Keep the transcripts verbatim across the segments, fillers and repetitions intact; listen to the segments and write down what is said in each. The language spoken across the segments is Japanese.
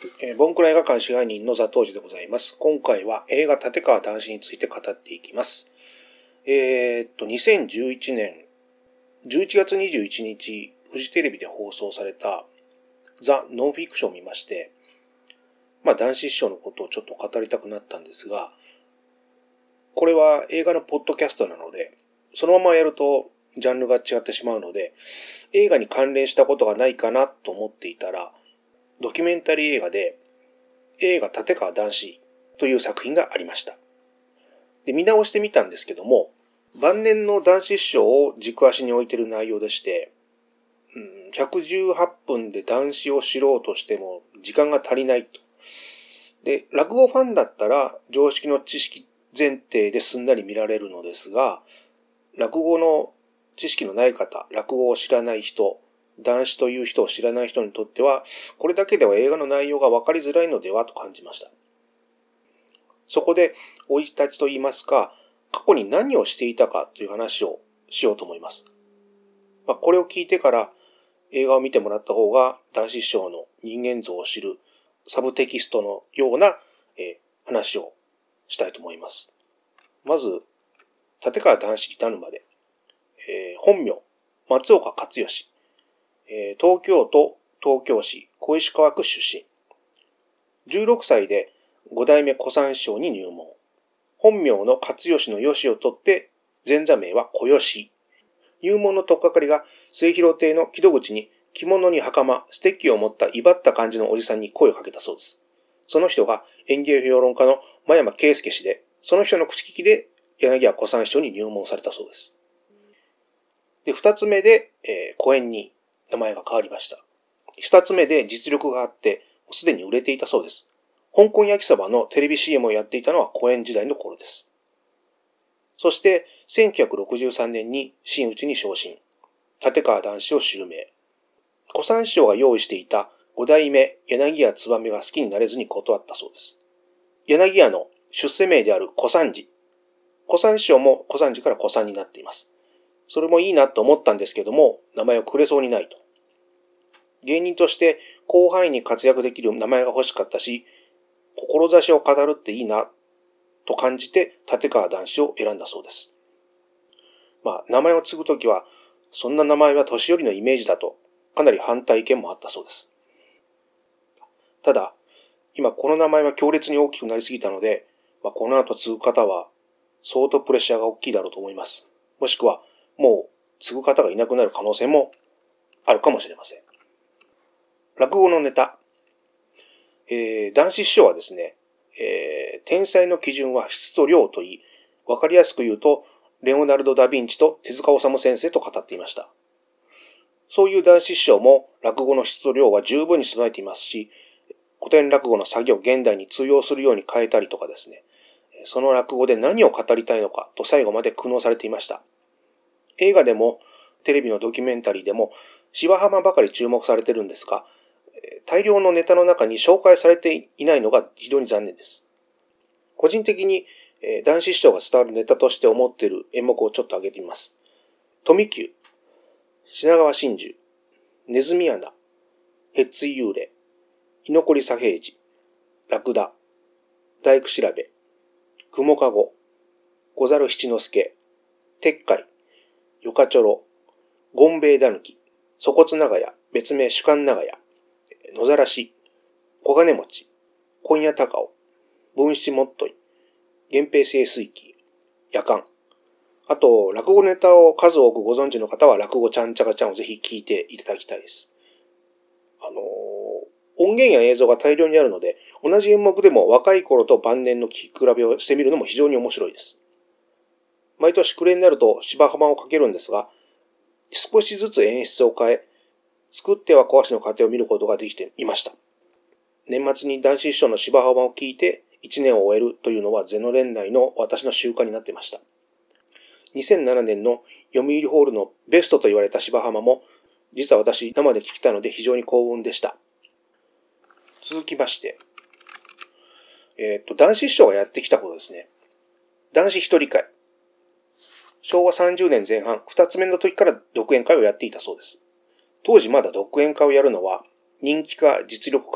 えー、ボンクラ映画館支配人の座頭市でございます。今回は映画立川談志について語っていきます。えー、っと、にせんじゅういちねんじゅういちがつにじゅういちにち、フジテレビで放送されたザ・ノンフィクションを見まして、まあ、談志師匠のことをちょっと語りたくなったんですが、これは映画のポッドキャストなので、そのままやるとジャンルが違ってしまうので、映画に関連したことがないかなと思っていたら、ドキュメンタリー映画で、映画立川談志という作品がありました。で、見直してみたんですけども、晩年の談志師匠を軸足に置いている内容でして、うん、ひゃくじゅうはっぷんで談志を知ろうとしても時間が足りないと。で、落語ファンだったら常識の知識前提ですんなり見られるのですが、落語の知識のない方、落語を知らない人、談志という人を知らない人にとっては、これだけでは映画の内容が分かりづらいのではと感じました。そこで、生い立ちといいますか、過去に何をしていたかという話をしようと思います。まあ、これを聞いてから映画を見てもらった方が、談志師匠の人間像を知るサブテキストのような、えー、話をしたいと思います。まず、立川談志北沼で、えー、本名、松岡勝義。東京都東京市小石川区出身。じゅうろくさいで五代目小三師匠に入門。本名の勝義の義を取って前座名は小義。入門の取っかかりが末広亭の木戸口に着物に袴、ステッキを持った威張った感じのおじさんに声をかけたそうです。その人が演芸評論家の真山圭介氏で、その人の口利きで柳家小三師匠に入門されたそうです。で、二つ目で、えー、公演に名前が変わりました。二つ目で実力があって、すでに売れていたそうです。香港焼きそばのテレビ シーエム をやっていたのは公演時代の頃です。そして、せんきゅうひゃくろくじゅうさんねんに真打ちに昇進。立川談志を襲名。小三師匠が用意していた五代目柳家燕が好きになれずに断ったそうです。柳家の出世名である小三治。小三師匠も小三治から小三になっています。それもいいなと思ったんですけども、名前をくれそうにないと。芸人として広範囲に活躍できる名前が欲しかったし、志を語るっていいなと感じて立川談志を選んだそうです。まあ、名前を継ぐときは、そんな名前は年寄りのイメージだと、かなり反対意見もあったそうです。ただ、今この名前は強烈に大きくなりすぎたので、まあ、この後継ぐ方は相当プレッシャーが大きいだろうと思います。もしくは、もう継ぐ方がいなくなる可能性もあるかもしれません。落語のネタ。えー、談志師匠はですね、えー、天才の基準は質と量といい、わかりやすく言うと、レオナルド・ダ・ヴィンチと手塚治虫先生と語っていました。そういう談志師匠も落語の質と量は十分に備えていますし、古典落語の作業を現代に通用するように変えたりとかですね、その落語で何を語りたいのかと最後まで苦悩されていました。映画でもテレビのドキュメンタリーでも芝浜ばかり注目されてるんですが、大量のネタの中に紹介されていないのが非常に残念です。個人的に談志師匠が伝わるネタとして思っている演目をちょっと挙げてみます。富久、品川真珠、ネズミ穴、ヘッツイ幽霊、居残り左平次、ラクダ、大工調べ、雲かご、小猿七之助、鉄海、よかちょろ、ゴンベイダヌキ、粗骨長屋、別名主観長屋、野ざらし、小金持ち、今夜高尾、分七もっとい、源平清水記、夜間。あと、落語ネタを数多くご存知の方は落語ちゃんちゃかちゃんをぜひ聞いていただきたいです。あのー、音源や映像が大量にあるので、同じ演目でも若い頃と晩年の聞き比べをしてみるのも非常に面白いです。毎年暮れになると芝浜をかけるんですが、少しずつ演出を変え、作っては壊しの過程を見ることができていました。年末に談志師匠の芝浜を聞いて一年を終えるというのはゼノ年内の私の習慣になっていました。にせんななねんの読売ホールのベストと言われた芝浜も、実は私生で聞きたので非常に幸運でした。続きまして、えっと、談志師匠がやってきたことですね。談志一人会。しょうわさんじゅうねんぜん半、二つ目の時から独演会をやっていたそうです。当時まだ独演会をやるのは、人気か実力か、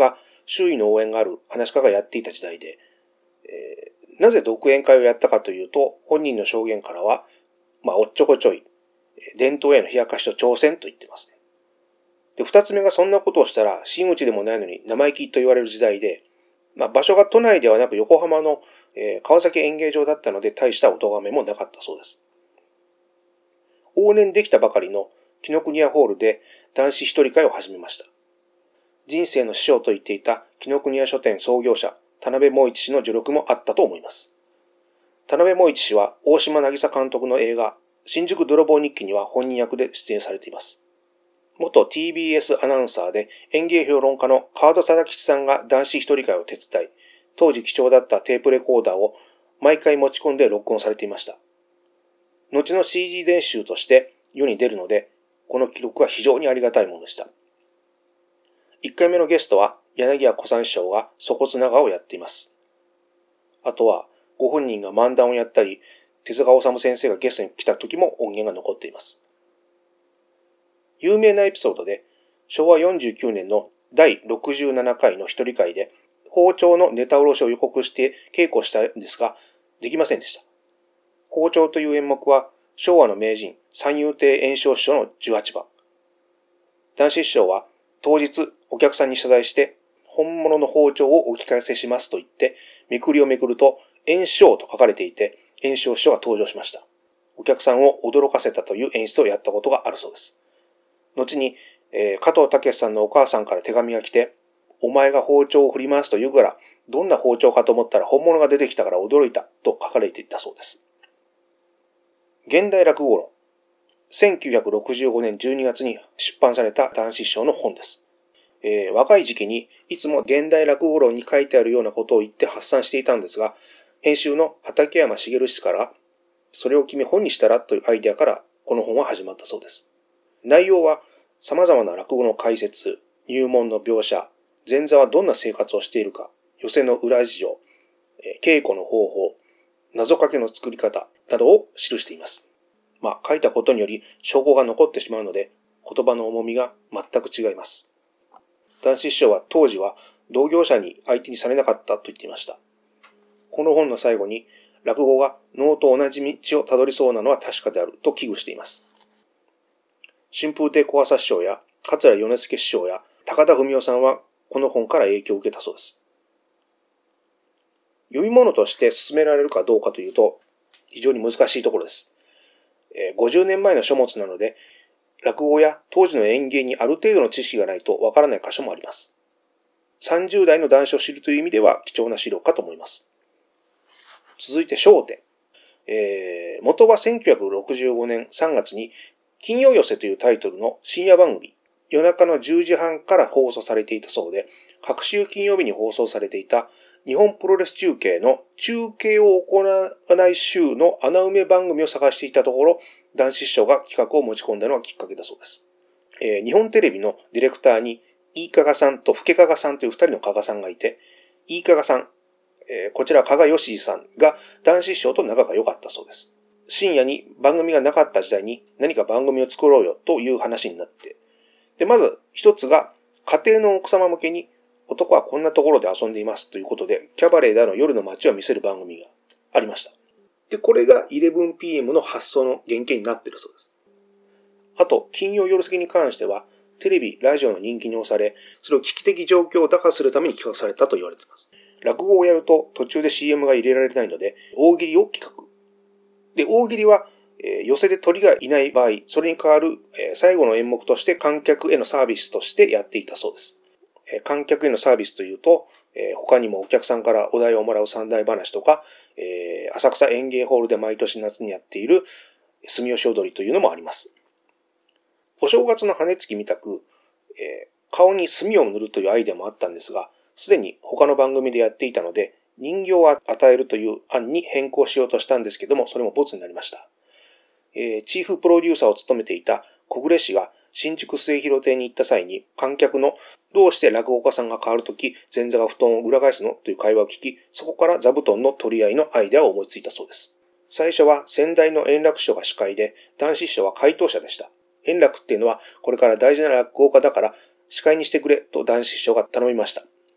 周囲の応援がある噺家がやっていた時代で、えー、なぜ独演会をやったかというと、本人の証言からは、まあ、おっちょこちょい、伝統への冷やかしと挑戦と言ってますね。で、二つ目がそんなことをしたら、真打ちでもないのに生意気と言われる時代で、まあ、場所が都内ではなく横浜の、えー、川崎演芸場だったので大したお咎めもなかったそうです。往年できたばかりの紀ノ国屋ホールで男子一人会を始めました。人生の師匠と言っていた紀ノ国屋書店創業者、田辺萌一氏の助力もあったと思います。田辺萌一氏は大島渚監督の映画、新宿泥棒日記には本人役で出演されています。元 ティービーエス アナウンサーで演芸評論家の川戸貞吉さんが男子一人会を手伝い、当時貴重だったテープレコーダーを毎回持ち込んで録音されていました。後の シージー 伝集として世に出るので、この記録は非常にありがたいものでした。いっかいめのゲストは柳家小三師匠が粗骨長をやっています。あとはご本人が漫談をやったり、手塚治虫先生がゲストに来た時も音源が残っています。有名なエピソードで、しょうわよんじゅうきゅうねんのだいろくじゅうななかいの一人会で、包丁のネタ下ろしを予告して稽古したんですが、できませんでした。包丁という演目は、昭和の名人、三遊亭圓生師匠のじゅうはちばん。男子師匠は、当日お客さんに謝罪して、本物の包丁をお聞かせしますと言って、めくりをめくると、圓生と書かれていて、圓生師匠が登場しました。お客さんを驚かせたという演出をやったことがあるそうです。後に、えー、加藤武さんのお母さんから手紙が来て、お前が包丁を振り回すと言うから、どんな包丁かと思ったら本物が出てきたから驚いたと書かれていたそうです。現代落語論。せんきゅうひゃくろくじゅうごねんじゅうにがつに出版された談志師匠の本です。えー、若い時期にいつも現代落語論に書いてあるようなことを言って発散していたんですが、編集の畠山茂氏からそれを決め本にしたらというアイデアからこの本は始まったそうです。内容は様々な落語の解説、入門の描写、前座はどんな生活をしているか、寄席の裏事情、稽古の方法、謎かけの作り方などを記しています。まあ書いたことにより証拠が残ってしまうので言葉の重みが全く違います。談志師匠は当時は同業者に相手にされなかったと言っていました。この本の最後に落語が能と同じ道をたどりそうなのは確かであると危惧しています。春風亭小朝師匠や桂米助師匠や高田文夫さんはこの本から影響を受けたそうです。読み物として進められるかどうかというと非常に難しいところです。ごじゅうねんまえの書物なので落語や当時の演芸にある程度の知識がないとわからない箇所もあります。さんじゅう代の男子を知るという意味では貴重な資料かと思います。続いて笑点。えー、元はせんきゅうひゃくろくじゅうごねんさんがつに金曜寄せというタイトルの深夜番組、夜中のじゅうじはんから放送されていたそうで、各週金曜日に放送されていた日本プロレス中継の中継を行わない週の穴埋め番組を探していたところ、談志師匠が企画を持ち込んだのがきっかけだそうです。えー、日本テレビのディレクターに、飯加賀さんと老加賀さんという二人の加賀さんがいて、飯加賀さん、えー、こちら加賀義次さんが談志師匠と仲が良かったそうです。深夜に番組がなかった時代に何か番組を作ろうよという話になって、で、まず一つが家庭の奥様向けに男はこんなところで遊んでいますということで、キャバレーであの夜の街を見せる番組がありました。で、これが じゅういちピーエム の発想の原型になっているそうです。あと、金曜夜過ぎに関しては、テレビ、ラジオの人気に押され、それを危機的状況を打破するために企画されたと言われています。落語をやると途中で シーエム が入れられないので、大喜利を企画。で、大喜利は、えー、寄せで鳥がいない場合、それに代わる、えー、最後の演目として観客へのサービスとしてやっていたそうです。えー、観客へのサービスというと、えー、他にもお客さんからお題をもらう三題話とか、えー、浅草園芸ホールで毎年夏にやっている住吉踊りというのもあります。お正月の羽根つきみたく、えー、顔に墨を塗るというアイデアもあったんですが、すでに他の番組でやっていたので、人形を与えるという案に変更しようとしたんですけども、それもボツになりました。えー、チーフプロデューサーを務めていた小暮氏が新宿末広亭に行った際に観客のどうして落語家さんが変わるとき前座が布団を裏返すのという会話を聞き、そこから座布団の取り合いのアイデアを思いついたそうです。最初は先代の円楽師匠が司会で、談志師匠は回答者でした。円楽っていうのはこれから大事な落語家だから司会にしてくれと談志師匠が頼みました。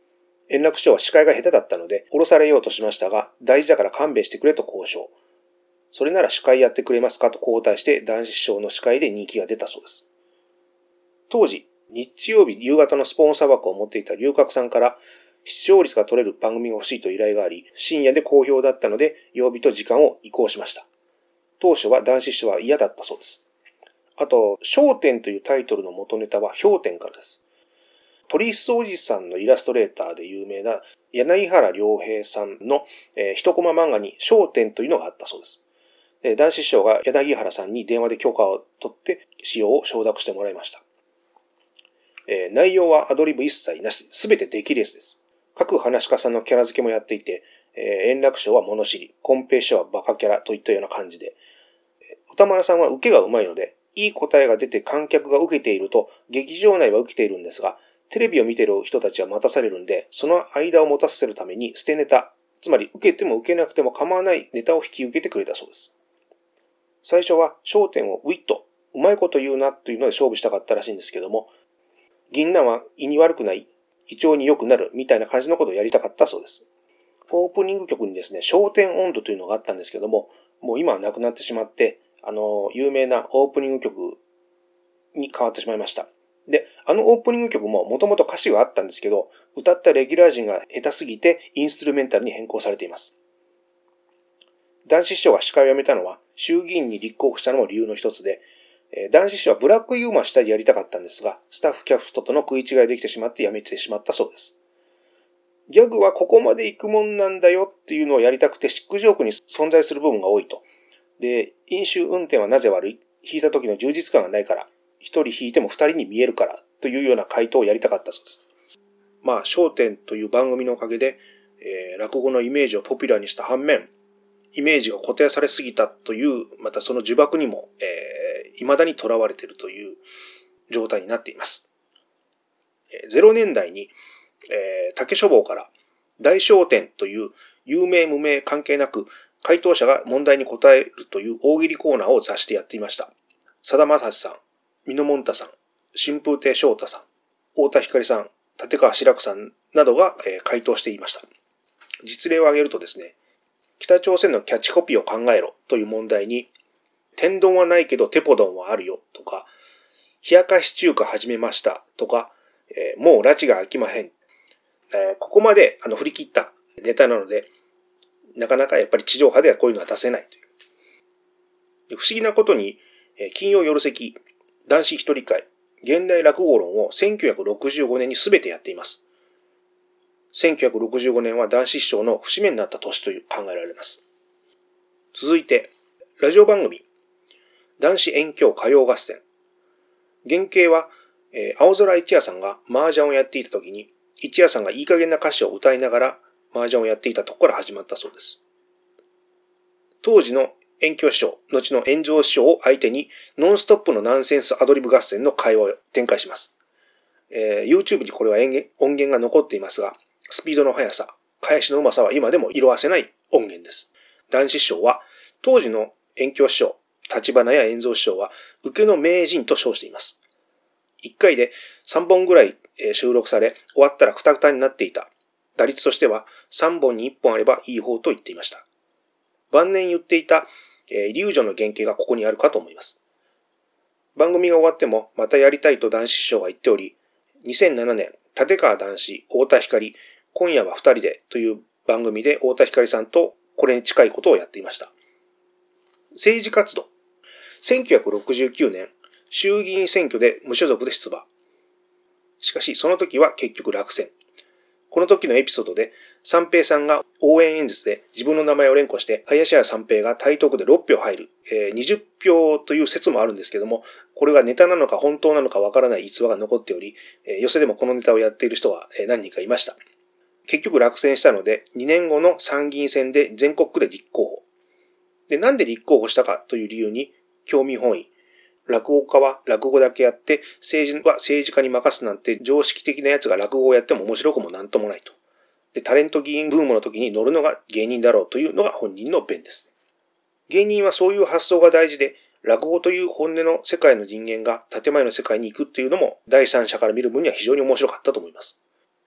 円楽師匠は司会が下手だったので降ろされようとしましたが、大事だから勘弁してくれと交渉。それなら司会やってくれますかと交代して談志師匠の司会で人気が出たそうです。当時、日曜日夕方のスポンサー枠を持っていた龍角さんから視聴率が取れる番組が欲しいと依頼があり、深夜で好評だったので曜日と時間を移行しました。当初は談志師匠は嫌だったそうです。あと、笑点というタイトルの元ネタは氷点からです。鳥栖おじさんのイラストレーターで有名な柳原良平さんの、えー、一コマ漫画に笑点というのがあったそうです。えー、談志師匠が柳原さんに電話で許可を取って使用を承諾してもらいました。えー、内容はアドリブ一切なし、すべて出来レースです。各話し家さんのキャラ付けもやっていて、えー、円楽師匠は物知り、金平師匠はバカキャラといったような感じで、歌丸さんは受けが上手いので、いい答えが出て観客が受けていると、劇場内は受けているんですが、テレビを見ている人たちは待たされるんで、その間を持たせるために捨てネタ、つまり受けても受けなくても構わないネタを引き受けてくれたそうです。最初は焦点をウィット、うまいこと言うなというので勝負したかったらしいんですけども、銀杏は胃に悪くない、胃腸に良くなるみたいな感じのことをやりたかったそうです。オープニング曲にですね、焦点温度というのがあったんですけども、もう今はなくなってしまって、あの、有名なオープニング曲に変わってしまいました。で、あのオープニング曲ももともと歌詞があったんですけど、歌ったレギュラー陣が下手すぎてインストゥルメンタルに変更されています。談志師匠が司会を辞めたのは衆議院に立候補したのも理由の一つで、談志師匠はブラックユーモアしたりやりたかったんですが、スタッフキャストとの食い違いできてしまって辞めてしまったそうです。ギャグはここまで行くもんなんだよっていうのをやりたくてシックジョークに存在する部分が多いと。で、飲酒運転はなぜ悪い？引いた時の充実感がないから。一人引いても二人に見えるからというような回答をやりたかったそうです。まあ、笑点という番組のおかげで、えー、落語のイメージをポピュラーにした反面、イメージが固定されすぎたという、またその呪縛にも、えー、未だに囚われているという状態になっています。えー、ゼロねんだいに、えー、竹書房から大笑点という有名無名関係なく回答者が問題に答えるという大喜利コーナーを雑誌でやっていました。さだまさしさん、美濃もんたさん、春風亭昇太さん、太田光さん、立川志らくさんなどが、えー、回答していました。実例を挙げるとですね、北朝鮮のキャッチコピーを考えろという問題に、天丼はないけどテポ丼はあるよとか、冷やかし中華始めましたとか、えー、もう拉致が飽きまへん。えー、ここまであの振り切ったネタなので、なかなかやっぱり地上波ではこういうのは出せないという。で不思議なことに、えー、金曜夜席、男子一人会、現代落語論をせんきゅうひゃくろくじゅうごねんに全てやっています。せんきゅうひゃくろくじゅうごねんは談志師匠の節目になった年という考えられます。続いて、ラジオ番組、談志遠鏡歌謡合戦。原型は、えー、青空一夜さんが麻雀をやっていた時に、一夜さんがいい加減な歌詞を歌いながら麻雀をやっていたところから始まったそうです。当時の遠鏡師匠、後の炎上師匠を相手にノンストップのナンセンスアドリブ合戦の会話を展開します。えー、YouTube にこれは音源が残っていますが、スピードの速さ、返しのうまさは今でも色あせない音源です。談志師匠は当時の遠鏡師匠、立花や円蔵師匠は受けの名人と称しています。いっかいでさんぼんぐらい収録され、終わったらクタクタになっていた。打率としてはさんぼんにいっぽんあればいい方と言っていました。晩年言っていたイリュージョンの原型がここにあるかと思います。番組が終わってもまたやりたいと談志師匠が言っており、にせんななねん、立川談志、太田光、今夜は二人でという番組で太田光さんとこれに近いことをやっていました。政治活動。せんきゅうひゃくろくじゅうきゅうねん、衆議院選挙で無所属で出馬。しかしその時は結局落選。この時のエピソードで、三平さんが応援演説で自分の名前を連呼して、林家三平が台東区でろっぴょう入る、えー、にじゅっぴょうという説もあるんですけども、これがネタなのか本当なのかわからない逸話が残っており、えー、寄席でもこのネタをやっている人は何人かいました。結局落選したので、にねんごの参議院選で全国区で立候補。で、なんで立候補したかという理由に、興味本位。落語家は落語だけやって、政治は政治家に任すなんて常識的なやつが落語をやっても面白くもなんともないと。で、タレント議員ブームの時に乗るのが芸人だろうというのが本人の弁です。芸人はそういう発想が大事で、落語という本音の世界の人間が建前の世界に行くっていうのも第三者から見る分には非常に面白かったと思います。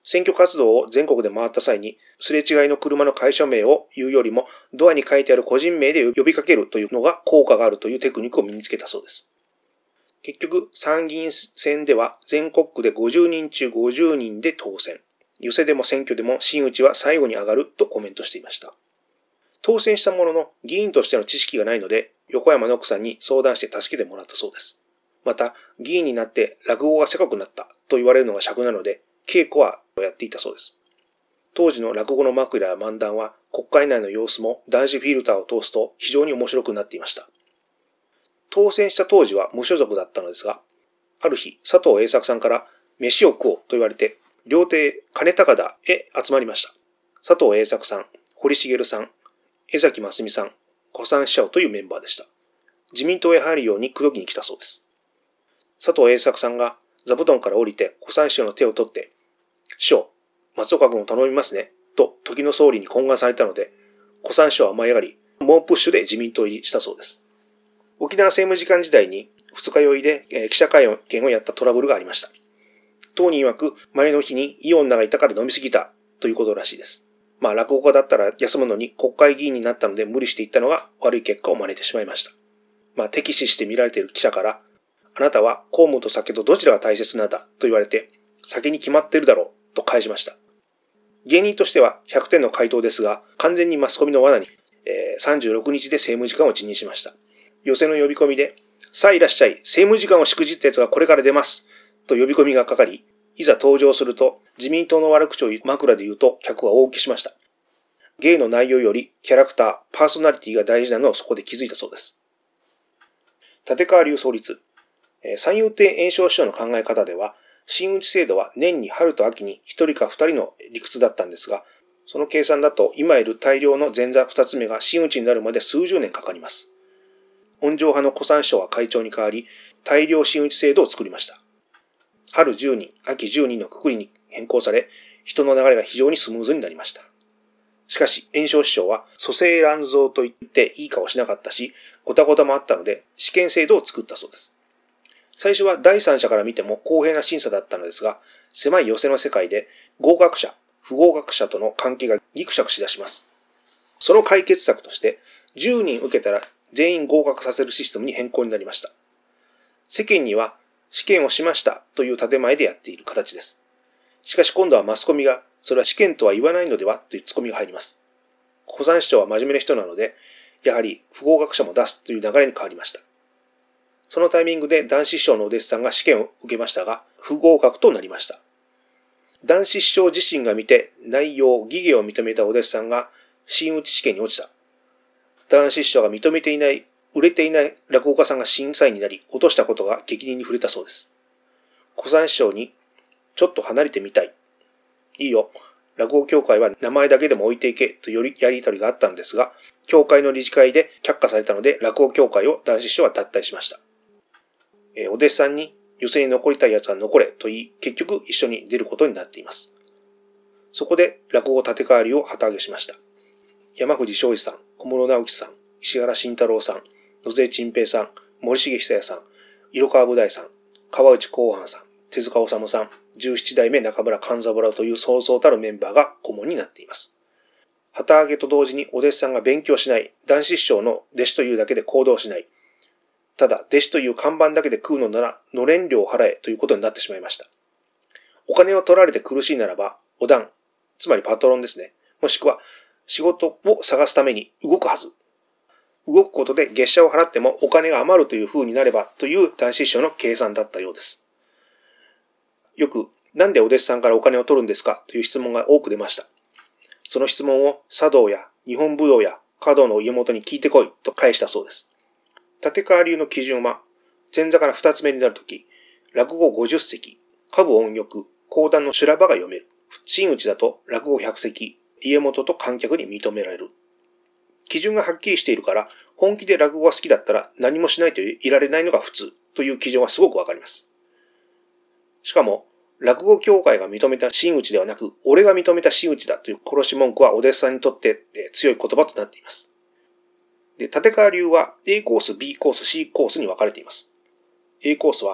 選挙活動を全国で回った際に、すれ違いの車の会社名を言うよりも、ドアに書いてある個人名で呼びかけるというのが効果があるというテクニックを身につけたそうです。結局、参議院選では全国区でごじゅうにん中ごじゅうにんで当選。寄せでも選挙でも真打ちは最後に上がるとコメントしていました。当選したものの議員としての知識がないので、横山の奥さんに相談して助けてもらったそうです。また、議員になって落語がせかくなったと言われるのが尺なので、稽古はやっていたそうです。当時の落語の枕や漫談は国会内の様子も男子フィルターを通すと非常に面白くなっていました。当選した当時は無所属だったのですが、ある日佐藤栄作さんから飯を食おうと言われて、料亭金高田へ集まりました。佐藤栄作さん、堀茂さん、江崎真澄さん、小三師匠というメンバーでした。自民党へ入るように口説きに来たそうです。佐藤栄作さんが座布団から降りて小三師匠の手を取って、師匠、松岡君を頼みますね、と時の総理に懇願されたので、小三師匠は舞い上がり、猛プッシュで自民党入りしたそうです。沖縄政務次官時代に二日酔いで記者会見をやったトラブルがありました。当人曰く前の日にいい女がいたから飲みすぎたということらしいです。まあ落語家だったら休むのに国会議員になったので無理していったのが悪い結果を招いてしまいました。まあ敵視して見られている記者から、あなたは公務と酒とどちらが大切なんだと言われて、酒に決まっているだろうと返しました。芸人としてはひゃくてんの回答ですが、完全にマスコミの罠に、えー、さんじゅうろくにちで政務次官を辞任しました。寄せの呼び込みで、さあいらっしゃい、政務次官をしくじったやつがこれから出ます、と呼び込みがかかり、いざ登場すると、自民党の悪口を枕で言うと客は大受けしました。芸の内容よりキャラクター、パーソナリティが大事なのをそこで気づいたそうです。立川流創立。三遊亭圓生師匠の考え方では、真打ち制度は年に春と秋に一人か二人の理屈だったんですが、その計算だと今いる大量の前座二つ目が真打ちになるまで数十年かかります。温情派の小三師匠は会長に代わり、大量真打ち制度を作りました。春じゅうにん、秋じゅうにんのくくりに変更され、人の流れが非常にスムーズになりました。しかし、圓生師匠は蘇生乱造と言っていい顔しなかったし、ごたごたもあったので、試験制度を作ったそうです。最初は第三者から見ても公平な審査だったのですが、狭い寄せの世界で合格者、不合格者との関係がギクシャクしだします。その解決策として、じゅうにん受けたら全員合格させるシステムに変更になりました。世間には試験をしましたという建前でやっている形です。しかし今度はマスコミが、それは試験とは言わないのではというツッコミが入ります。小三師匠は真面目な人なので、やはり不合格者も出すという流れに変わりました。そのタイミングで男子師匠のお弟子さんが試験を受けましたが、不合格となりました。男子師匠自身が見て内容、技芸を認めたお弟子さんが真打ち試験に落ちた。男子師匠が認めていない、売れていない落語家さんが審査員になり、落としたことが激鱗に触れたそうです。小三師匠に、ちょっと離れてみたい。いいよ。落語協会は名前だけでも置いていけというやりとりがあったんですが、協会の理事会で却下されたので、落語協会を男子師匠は脱退しました。えー、お弟子さんに、寄席に残りたい奴は残れと言い、結局一緒に出ることになっています。そこで落語立川流を旗揚げしました。山藤昌司さん、小室直樹さん、石原慎太郎さん、野瀬陳平さん、森重久彌さん、色川武大さん、川内広範さん、手塚治虫さん、十七代目中村勘三郎というそうそうたるメンバーが顧問になっています。旗揚げと同時にお弟子さんが勉強しない、男子師匠の弟子というだけで行動しない。ただ、弟子という看板だけで食うのなら、のれん料を払えということになってしまいました。お金を取られて苦しいならば、お団、つまりパトロンですね。もしくは、仕事を探すために動くはず。動くことで月謝を払ってもお金が余るという風になればという男子師匠の計算だったようです。よく、なんでお弟子さんからお金を取るんですかという質問が多く出ました。その質問を茶道や日本武道や華道の家元に聞いてこいと返したそうです。立川流の基準は、前座から二つ目になるとき、落語ごじゅっせき、歌舞音曲、講談の修羅場が読める。真打ちだと落語ひゃくせき、家元と観客に認められる。基準がはっきりしているから、本気で落語が好きだったら何もしないといられないのが普通という基準はすごくわかります。しかも、落語協会が認めた真打ちではなく、俺が認めた真打ちだという殺し文句はお弟子さんにとって強い言葉となっています。で、立川流は A コース、B コース、C コースに分かれています。A コースは、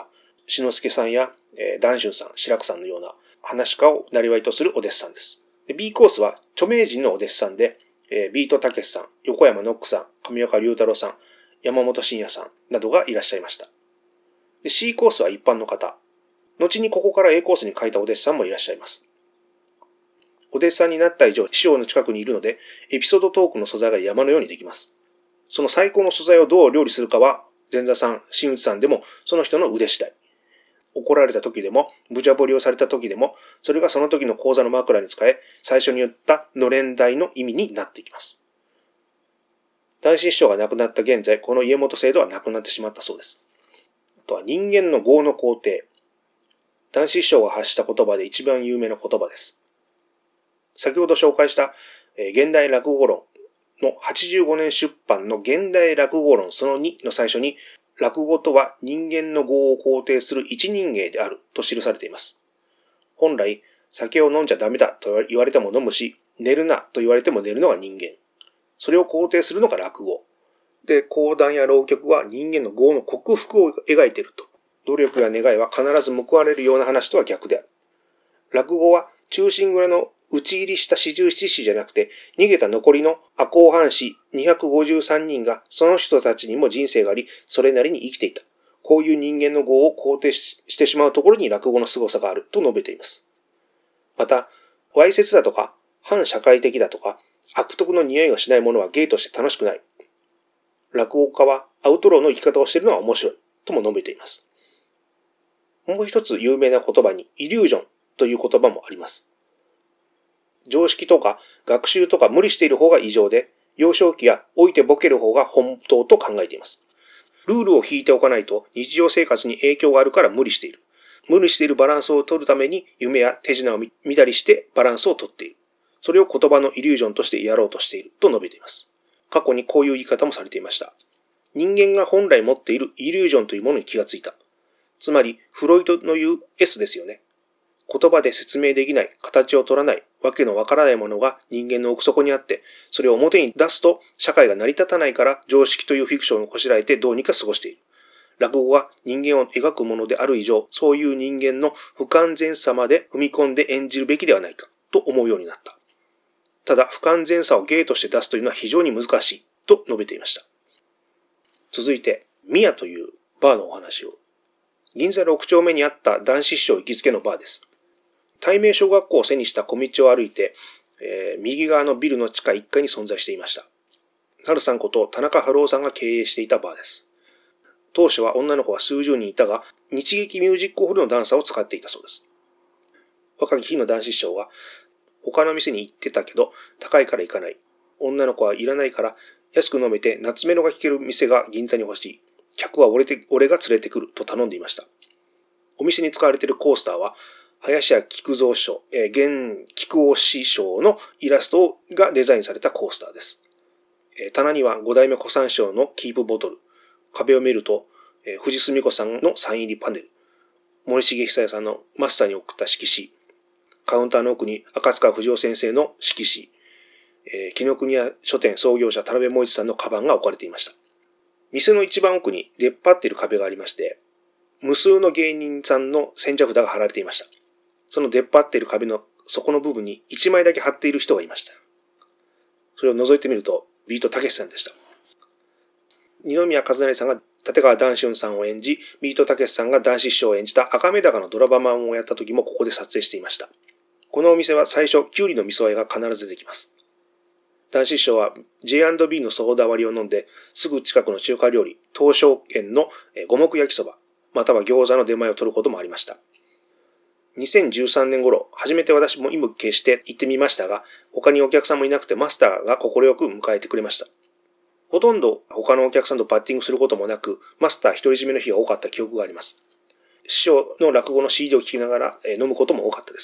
志の輔さんや、えー、談春さん、志らくさんのような話し家を生りとするお弟子さんです。で B コースは著名人のお弟子さんで、えー、ビートたけしさん、横山ノックさん、上岡龍太郎さん、山本慎也さんなどがいらっしゃいました。で C コースは一般の方。後にここから A コースに書いたお弟子さんもいらっしゃいます。お弟子さんになった以上、師匠の近くにいるので、エピソードトークの素材が山のようにできます。その最高の素材をどう料理するかは、前座さん、真打さんでもその人の腕次第。怒られた時でも、無茶ぶりをされた時でも、それがその時の講座の枕に使え、最初に言ったのれん台の意味になっていきます。談志師匠が亡くなった現在、この家元制度はなくなってしまったそうです。あとは人間の業の肯定。談志師匠が発した言葉で一番有名な言葉です。先ほど紹介した、えー、現代落語論のはちじゅうごねん出版の現代落語論そのにの最初に、落語とは人間の業を肯定する一人芸であると記されています。本来、酒を飲んじゃダメだと言われても飲むし、寝るなと言われても寝るのが人間。それを肯定するのが落語。で、講談や浪曲は人間の業の克服を描いていると。努力や願いは必ず報われるような話とは逆である。落語は忠臣蔵の討ち入りした四十七士じゃなくて、逃げた残りの赤穂藩士にひゃくごじゅうさんにんが、その人たちにも人生があり、それなりに生きていた。こういう人間の業を肯定してしまうところに落語の凄さがあると述べています。また、わいせつだとか、反社会的だとか、悪徳の匂いがしないものは芸として楽しくない。落語家はアウトローの生き方をしているのは面白いとも述べています。もう一つ有名な言葉にイリュージョンという言葉もあります。常識とか学習とか無理している方が異常で、幼少期や老いてボケる方が本当と考えています。ルールを引いておかないと日常生活に影響があるから無理している。無理しているバランスを取るために夢や手品を見たりしてバランスを取っている。それを言葉のイリュージョンとしてやろうとしていると述べています。過去にこういう言い方もされていました。人間が本来持っているイリュージョンというものに気がついた。つまり、フロイトの言う S ですよね。言葉で説明できない、形を取らない、わけのわからないものが人間の奥底にあって、それを表に出すと社会が成り立たないから常識というフィクションをこしらえてどうにか過ごしている。落語は人間を描くものである以上、そういう人間の不完全さまで踏み込んで演じるべきではないかと思うようになった。ただ、不完全さを芸として出すというのは非常に難しいと述べていました。続いて、宮というバーのお話を。銀座ろく丁目にあった談志師匠行きつけのバーです。大明小学校を背にした小道を歩いて、えー、右側のビルの地下いっかいに存在していました。春さんこと田中春夫さんが経営していたバーです。当初は女の子は数十人いたが、日劇ミュージックホールのダンサーを使っていたそうです。若き日の談志師匠は、他の店に行ってたけど、高いから行かない。女の子はいらないから、安く飲めて夏メロが聴ける店が銀座に欲しい。客は俺て俺が連れてくると頼んでいました。お店に使われているコースターは、林家菊蔵師匠、えー、現菊王師匠のイラストがデザインされたコースターです。えー、棚には五代目小三師匠のキープボトル。壁を見ると、えー、藤澄子さんのサイン入りパネル。森重久彌さんのマスターに送った色紙。カウンターの奥に赤塚不二夫先生の色紙。えー、紀ノ国屋書店創業者田辺萌一さんのカバンが置かれていました。店の一番奥に出っ張っている壁がありまして、無数の芸人さんの千社札が貼られていました。その出っ張っている壁の底の部分に一枚だけ貼っている人がいました。それを覗いてみると、ビートたけしさんでした。二宮和也さんが立川談春さんを演じ、ビートたけしさんが談志師匠を演じた赤目高のドラバマンをやった時もここで撮影していました。このお店は最初、キュウリの味噌和えが必ず出てきます。談志師匠は ジェイアンドビー のソーダ割りを飲んで、すぐ近くの中華料理、東証園の五目焼きそば、または餃子の出前を取ることもありました。にせんじゅうさんねん頃、初めて私も意を決して行ってみましたが、他にお客さんもいなくてマスターが快く迎えてくれました。ほとんど他のお客さんとバッティングすることもなく、マスター独り占めの日が多かった記憶があります。師匠の落語の シーディー を聞きながら飲むことも多かったです。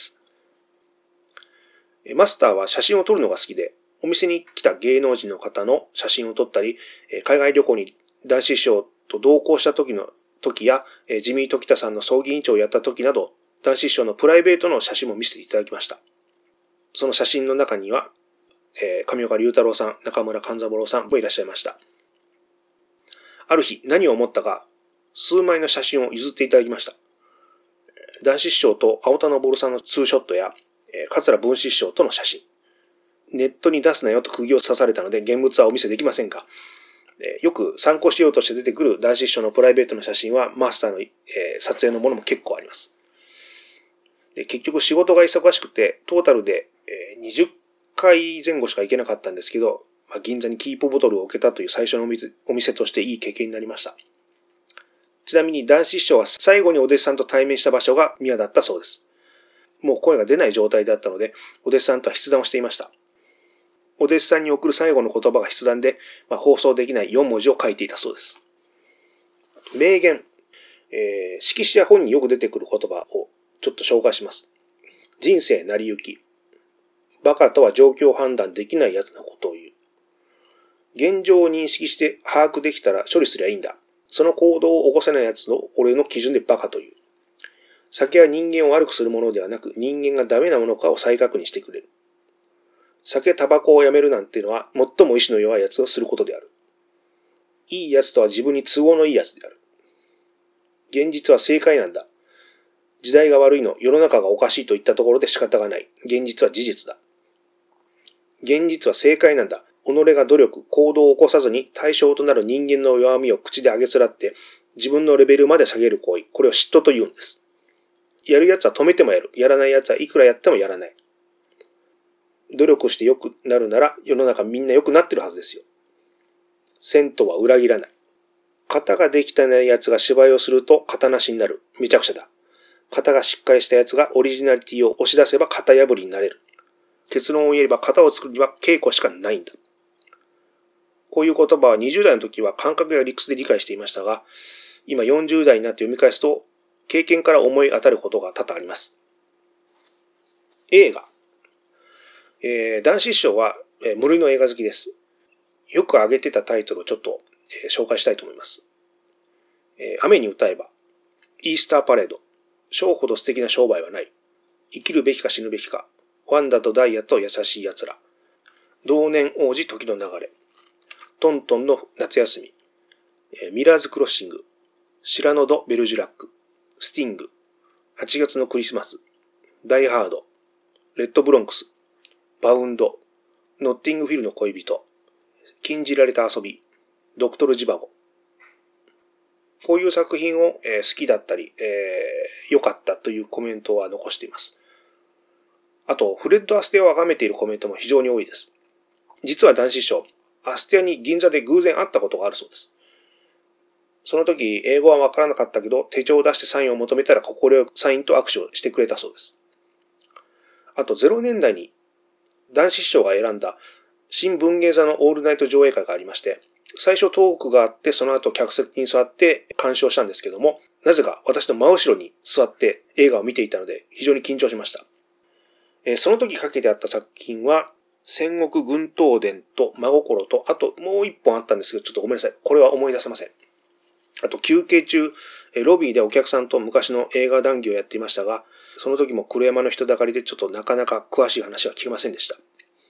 マスターは写真を撮るのが好きで、お店に来た芸能人の方の写真を撮ったり、海外旅行に談志師匠と同行した時の時や、ジミー時田さんの葬儀委員長をやった時など、談志師匠のプライベートの写真も見せていただきました。その写真の中には、上岡龍太郎さん、中村勘三郎さんもいらっしゃいました。ある日、何を思ったか、数枚の写真を譲っていただきました。 談志師匠と青田昇さんのツーショットや、桂文枝師匠との写真。ネットに出すなよと釘を刺されたので現物はお見せできませんが、よく参考資料として出てくる談志師匠のプライベートの写真はマスターの、えー、撮影のものも結構あります。で、結局仕事が忙しくてトータルで、えー、にじゅっかいぜん後しか行けなかったんですけど、まあ、銀座にキープボトルを置けたという最初のお店、お店としていい経験になりました。ちなみに談志師匠は最後にお弟子さんと対面した場所が宮だったそうです。もう声が出ない状態だったので、お弟子さんとは筆談をしていました。お弟子さんに送る最後の言葉が筆談で、まあ、放送できないよん文字を書いていたそうです。名言、えー、色紙や本によく出てくる言葉をちょっと紹介します。人生成り行き。バカとは状況判断できないやつのことを言う。現状を認識して把握できたら処理すりゃいいんだ。その行動を起こせないやつの俺の基準でバカという。酒は人間を悪くするものではなく人間がダメなものかを再確認してくれる。酒、タバコをやめるなんていうのは最も意志の弱い奴をすることである。いい奴とは自分に都合のいい奴である。現実は正解なんだ。時代が悪いの、世の中がおかしいといったところで仕方がない。現実は事実だ。現実は正解なんだ。己が努力、行動を起こさずに対象となる人間の弱みを口で上げつらって自分のレベルまで下げる行為。これを嫉妬と言うんです。やる奴は止めてもやる。やらない奴はいくらやってもやらない。努力して良くなるなら世の中みんな良くなってるはずですよ。銭湯は裏切らない。型ができてない奴が芝居をすると型なしになる。めちゃくちゃだ。型がしっかりした奴がオリジナリティを押し出せば型破りになれる。結論を言えば型を作るには稽古しかないんだ。こういう言葉はにじゅう代の時は感覚や理屈で理解していましたが、今よんじゅう代になって読み返すと経験から思い当たることが多々あります。映画。えー、談志師匠は、えー、無類の映画好きです。よく挙げてたタイトルをちょっと、えー、紹介したいと思います。えー、雨に歌えば、イースターパレード、ショーほど素敵な商売はない、生きるべきか死ぬべきか、ワンダとダイヤと優しい奴ら、同年王子時の流れ、トントンの夏休み、えー、ミラーズクロッシング、シラノ・ド・ベルジュラック、スティング、はちがつのクリスマス、ダイハード、レッドブロンクス、バウンド、ノッティングフィルの恋人、禁じられた遊び、ドクトル・ジバゴ。こういう作品を、えー、好きだったり、えー、良かったというコメントは残しています。あと、フレッド・アステアを崇めているコメントも非常に多いです。実は談志師匠、アステアに銀座で偶然会ったことがあるそうです。その時、英語はわからなかったけど、手帳を出してサインを求めたら快くサインと握手をしてくれたそうです。あと、ゼロねんだいに談志師匠が選んだ新文芸座のオールナイト上映会がありまして、最初トークがあって、その後客席に座って鑑賞したんですけども、なぜか私の真後ろに座って映画を見ていたので非常に緊張しました。えー、その時かけてあった作品は、戦国群闘伝と真心と、あともう一本あったんですけど、ちょっとごめんなさい。これは思い出せません。あと休憩中、ロビーでお客さんと昔の映画談義をやっていましたが、その時も黒山の人だかりでちょっとなかなか詳しい話は聞けませんでした。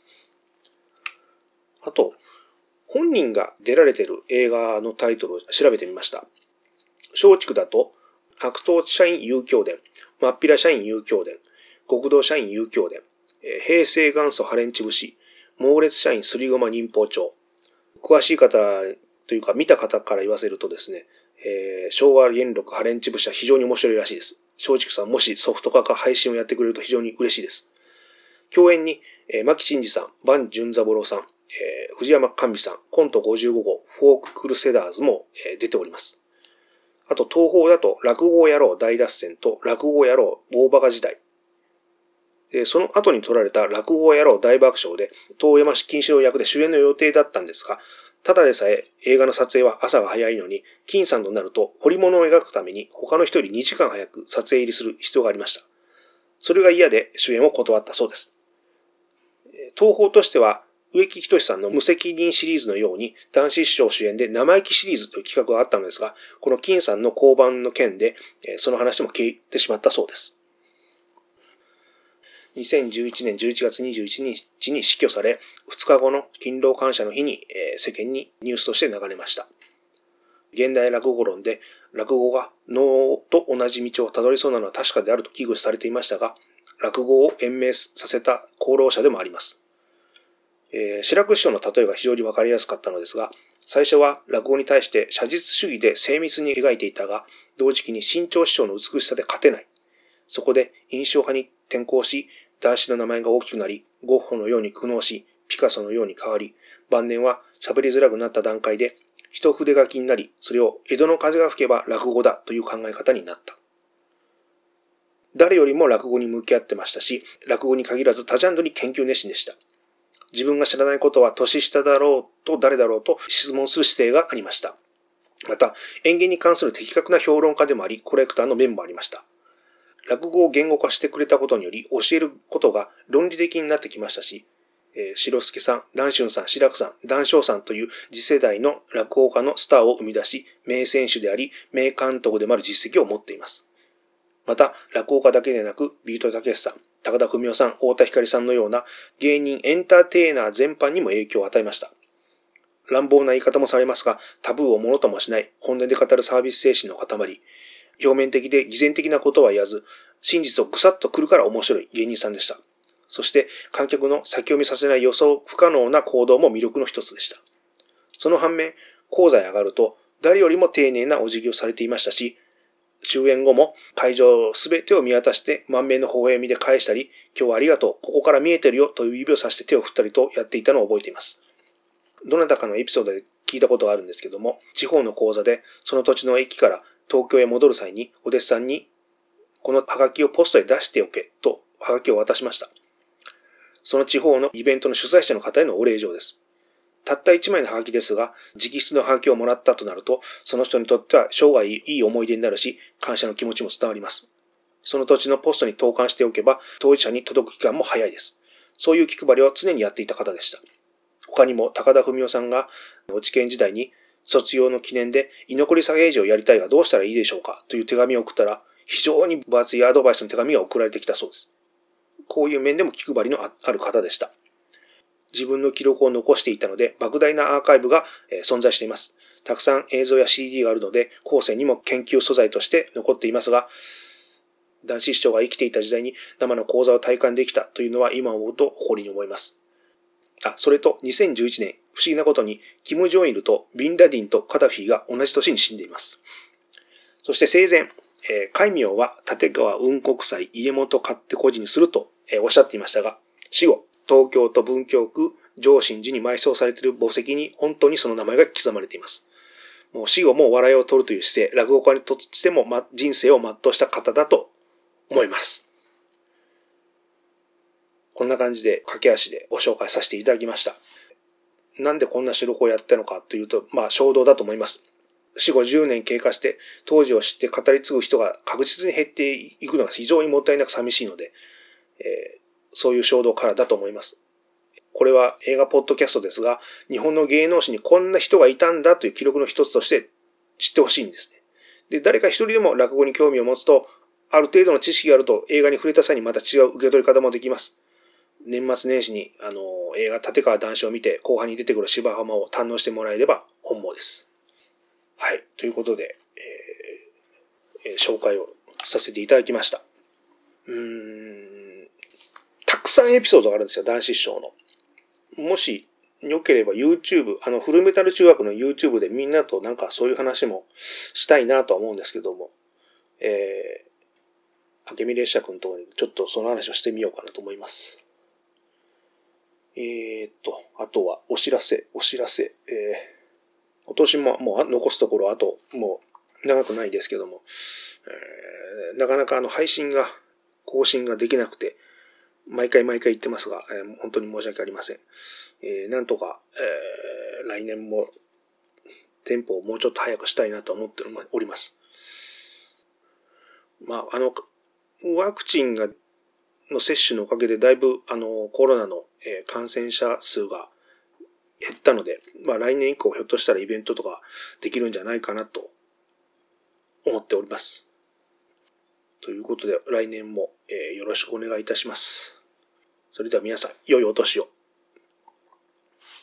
あと、本人が出られている映画のタイトルを調べてみました。松竹だと、悪党社員遊興伝、真っ平社員遊興伝、極道社員遊興伝、平成元祖ハレンチ節、猛烈社員すりごま忍法帳。詳しい方というか見た方から言わせるとですね、えー、昭和元禄ハレンチ節は非常に面白いらしいです。松竹さんもしソフト化か配信をやってくれると非常に嬉しいです。共演に、えー、牧真司さん、坂淳三郎さん、えー、藤山甘美さん、コントごじゅうご号、フォーククルセダーズも、えー、出ております。あと東宝だと落語野郎大脱線と落語野郎大バカ時代。その後に撮られた落語野郎大爆笑で遠山金四郎役で主演の予定だったんですが、ただでさえ映画の撮影は朝が早いのに、金さんとなると彫り物を描くために他の人よりにじかん早く撮影入りする必要がありました。それが嫌で主演を断ったそうです。東宝としては植木仁さんの無責任シリーズのように談志師匠主演で生意気シリーズという企画があったのですが、この金さんの降板の件でその話も消えてしまったそうです。にせんじゅういちねんじゅういちがつにじゅういちにちに死去され、ふつかごの勤労感謝の日に世間にニュースとして流れました。 現代落語論で落語が能と同じ道をたどりそうなのは確かであると危惧されていましたが、落語を延命させた功労者でもあります。えー、志らく師匠の例えが非常にわかりやすかったのですが、最初は落語に対して写実主義で精密に描いていたが、同時期に新潮師匠の美しさで勝てない。そこで印象派に転向し、男子の名前が大きくなり、ゴッホのように苦悩し、ピカソのように変わり、晩年は喋りづらくなった段階で、一筆書きになり、それを江戸の風が吹けば落語だという考え方になった。誰よりも落語に向き合ってましたし、落語に限らず多ジャンルに研究熱心でした。自分が知らないことは年下だろうと誰だろうと質問する姿勢がありました。また、演芸に関する的確な評論家でもあり、コレクターの面もありました。落語を言語化してくれたことにより、教えることが論理的になってきましたし、えー、白助さん、談春さん、志らくさん、談笑さんという次世代の落語家のスターを生み出し、名選手であり、名監督でもある実績を持っています。また、落語家だけでなく、ビートたけしさん、高田文夫さん、太田光さんのような芸人エンターテイナー全般にも影響を与えました。乱暴な言い方もされますが、タブーをものともしない、本音で語るサービス精神の塊、表面的で偽善的なことは言わず、真実をぐさっとくるから面白い芸人さんでした。そして、観客の先読みさせない予想不可能な行動も魅力の一つでした。その反面、高座へ上がると、誰よりも丁寧なお辞儀をされていましたし、終演後も会場すべてを見渡して満面の微笑みで返したり、今日はありがとう、ここから見えてるよという指をさして手を振ったりとやっていたのを覚えています。どなたかのエピソードで聞いたことがあるんですけども、地方の講座でその土地の駅から東京へ戻る際にお弟子さんにこのハガキをポストへ出しておけとハガキを渡しました。その地方のイベントの主催者の方へのお礼状です。たった一枚のハガキですが、直筆のハガキをもらったとなると、その人にとっては生涯いい思い出になるし、感謝の気持ちも伝わります。その土地のポストに投函しておけば、当事者に届く期間も早いです。そういう気配りを常にやっていた方でした。他にも高田文夫さんが、落研時代に卒業の記念で居残り作芸事をやりたいがどうしたらいいでしょうかという手紙を送ったら、非常に分厚いアドバイスの手紙が送られてきたそうです。こういう面でも気配りのある方でした。自分の記録を残していたので、莫大なアーカイブが存在しています。たくさん映像や シーディー があるので、後世にも研究素材として残っていますが、談志師匠が生きていた時代に生の講座を体感できたというのは今思うと誇りに思います。あ、それとにせんじゅういちねん、不思議なことに、キム・ジョンイルとビンラディンとカダフィが同じ年に死んでいます。そして生前、えー、戒名は立川雲国祭家元勝手孤児にすると、えー、おっしゃっていましたが、死後、東京都文京区上信寺に埋葬されている墓石に本当にその名前が刻まれています。もう死後も笑いを取るという姿勢、落語家にとっても、ま、人生を全うした方だと思います。こんな感じで駆け足でご紹介させていただきました。なんでこんな収録をやったのかというと、まあ衝動だと思います。よん、ごじゅうねん経過して当時を知って語り継ぐ人が確実に減っていくのが非常にもったいなく寂しいので、えー、そういう衝動からだと思います。これは映画ポッドキャストですが、日本の芸能史にこんな人がいたんだという記録の一つとして知ってほしいんですね。で、誰か一人でも落語に興味を持つと、ある程度の知識があると映画に触れた際にまた違う受け取り方もできます。年末年始にあの映画立川談笑を見て後半に出てくる芝浜を堪能してもらえれば本望です。はい。ということで、えーえー、紹介をさせていただきました。うーん。たくさんエピソードがあるんですよ、談志師匠の。もしよければ YouTube、あのフルメタル中学の YouTube でみんなとなんかそういう話もしたいなとは思うんですけども、えー、明美列車君とこにちょっとその話をしてみようかなと思います。えーっと、あとはお知らせ、お知らせ、えー、今年ももう残すところあともう長くないですけども、えー、なかなかあの配信が、更新ができなくて、毎回毎回言ってますが、えー、本当に申し訳ありません。えー、なんとか、えー、来年もテンポをもうちょっと早くしたいなと思っております。まあ、あの、ワクチンがの接種のおかげでだいぶあのコロナの感染者数が減ったので、まあ来年以降ひょっとしたらイベントとかできるんじゃないかなと思っております。ということで来年もよろしくお願いいたします。それでは皆さん良いお年を。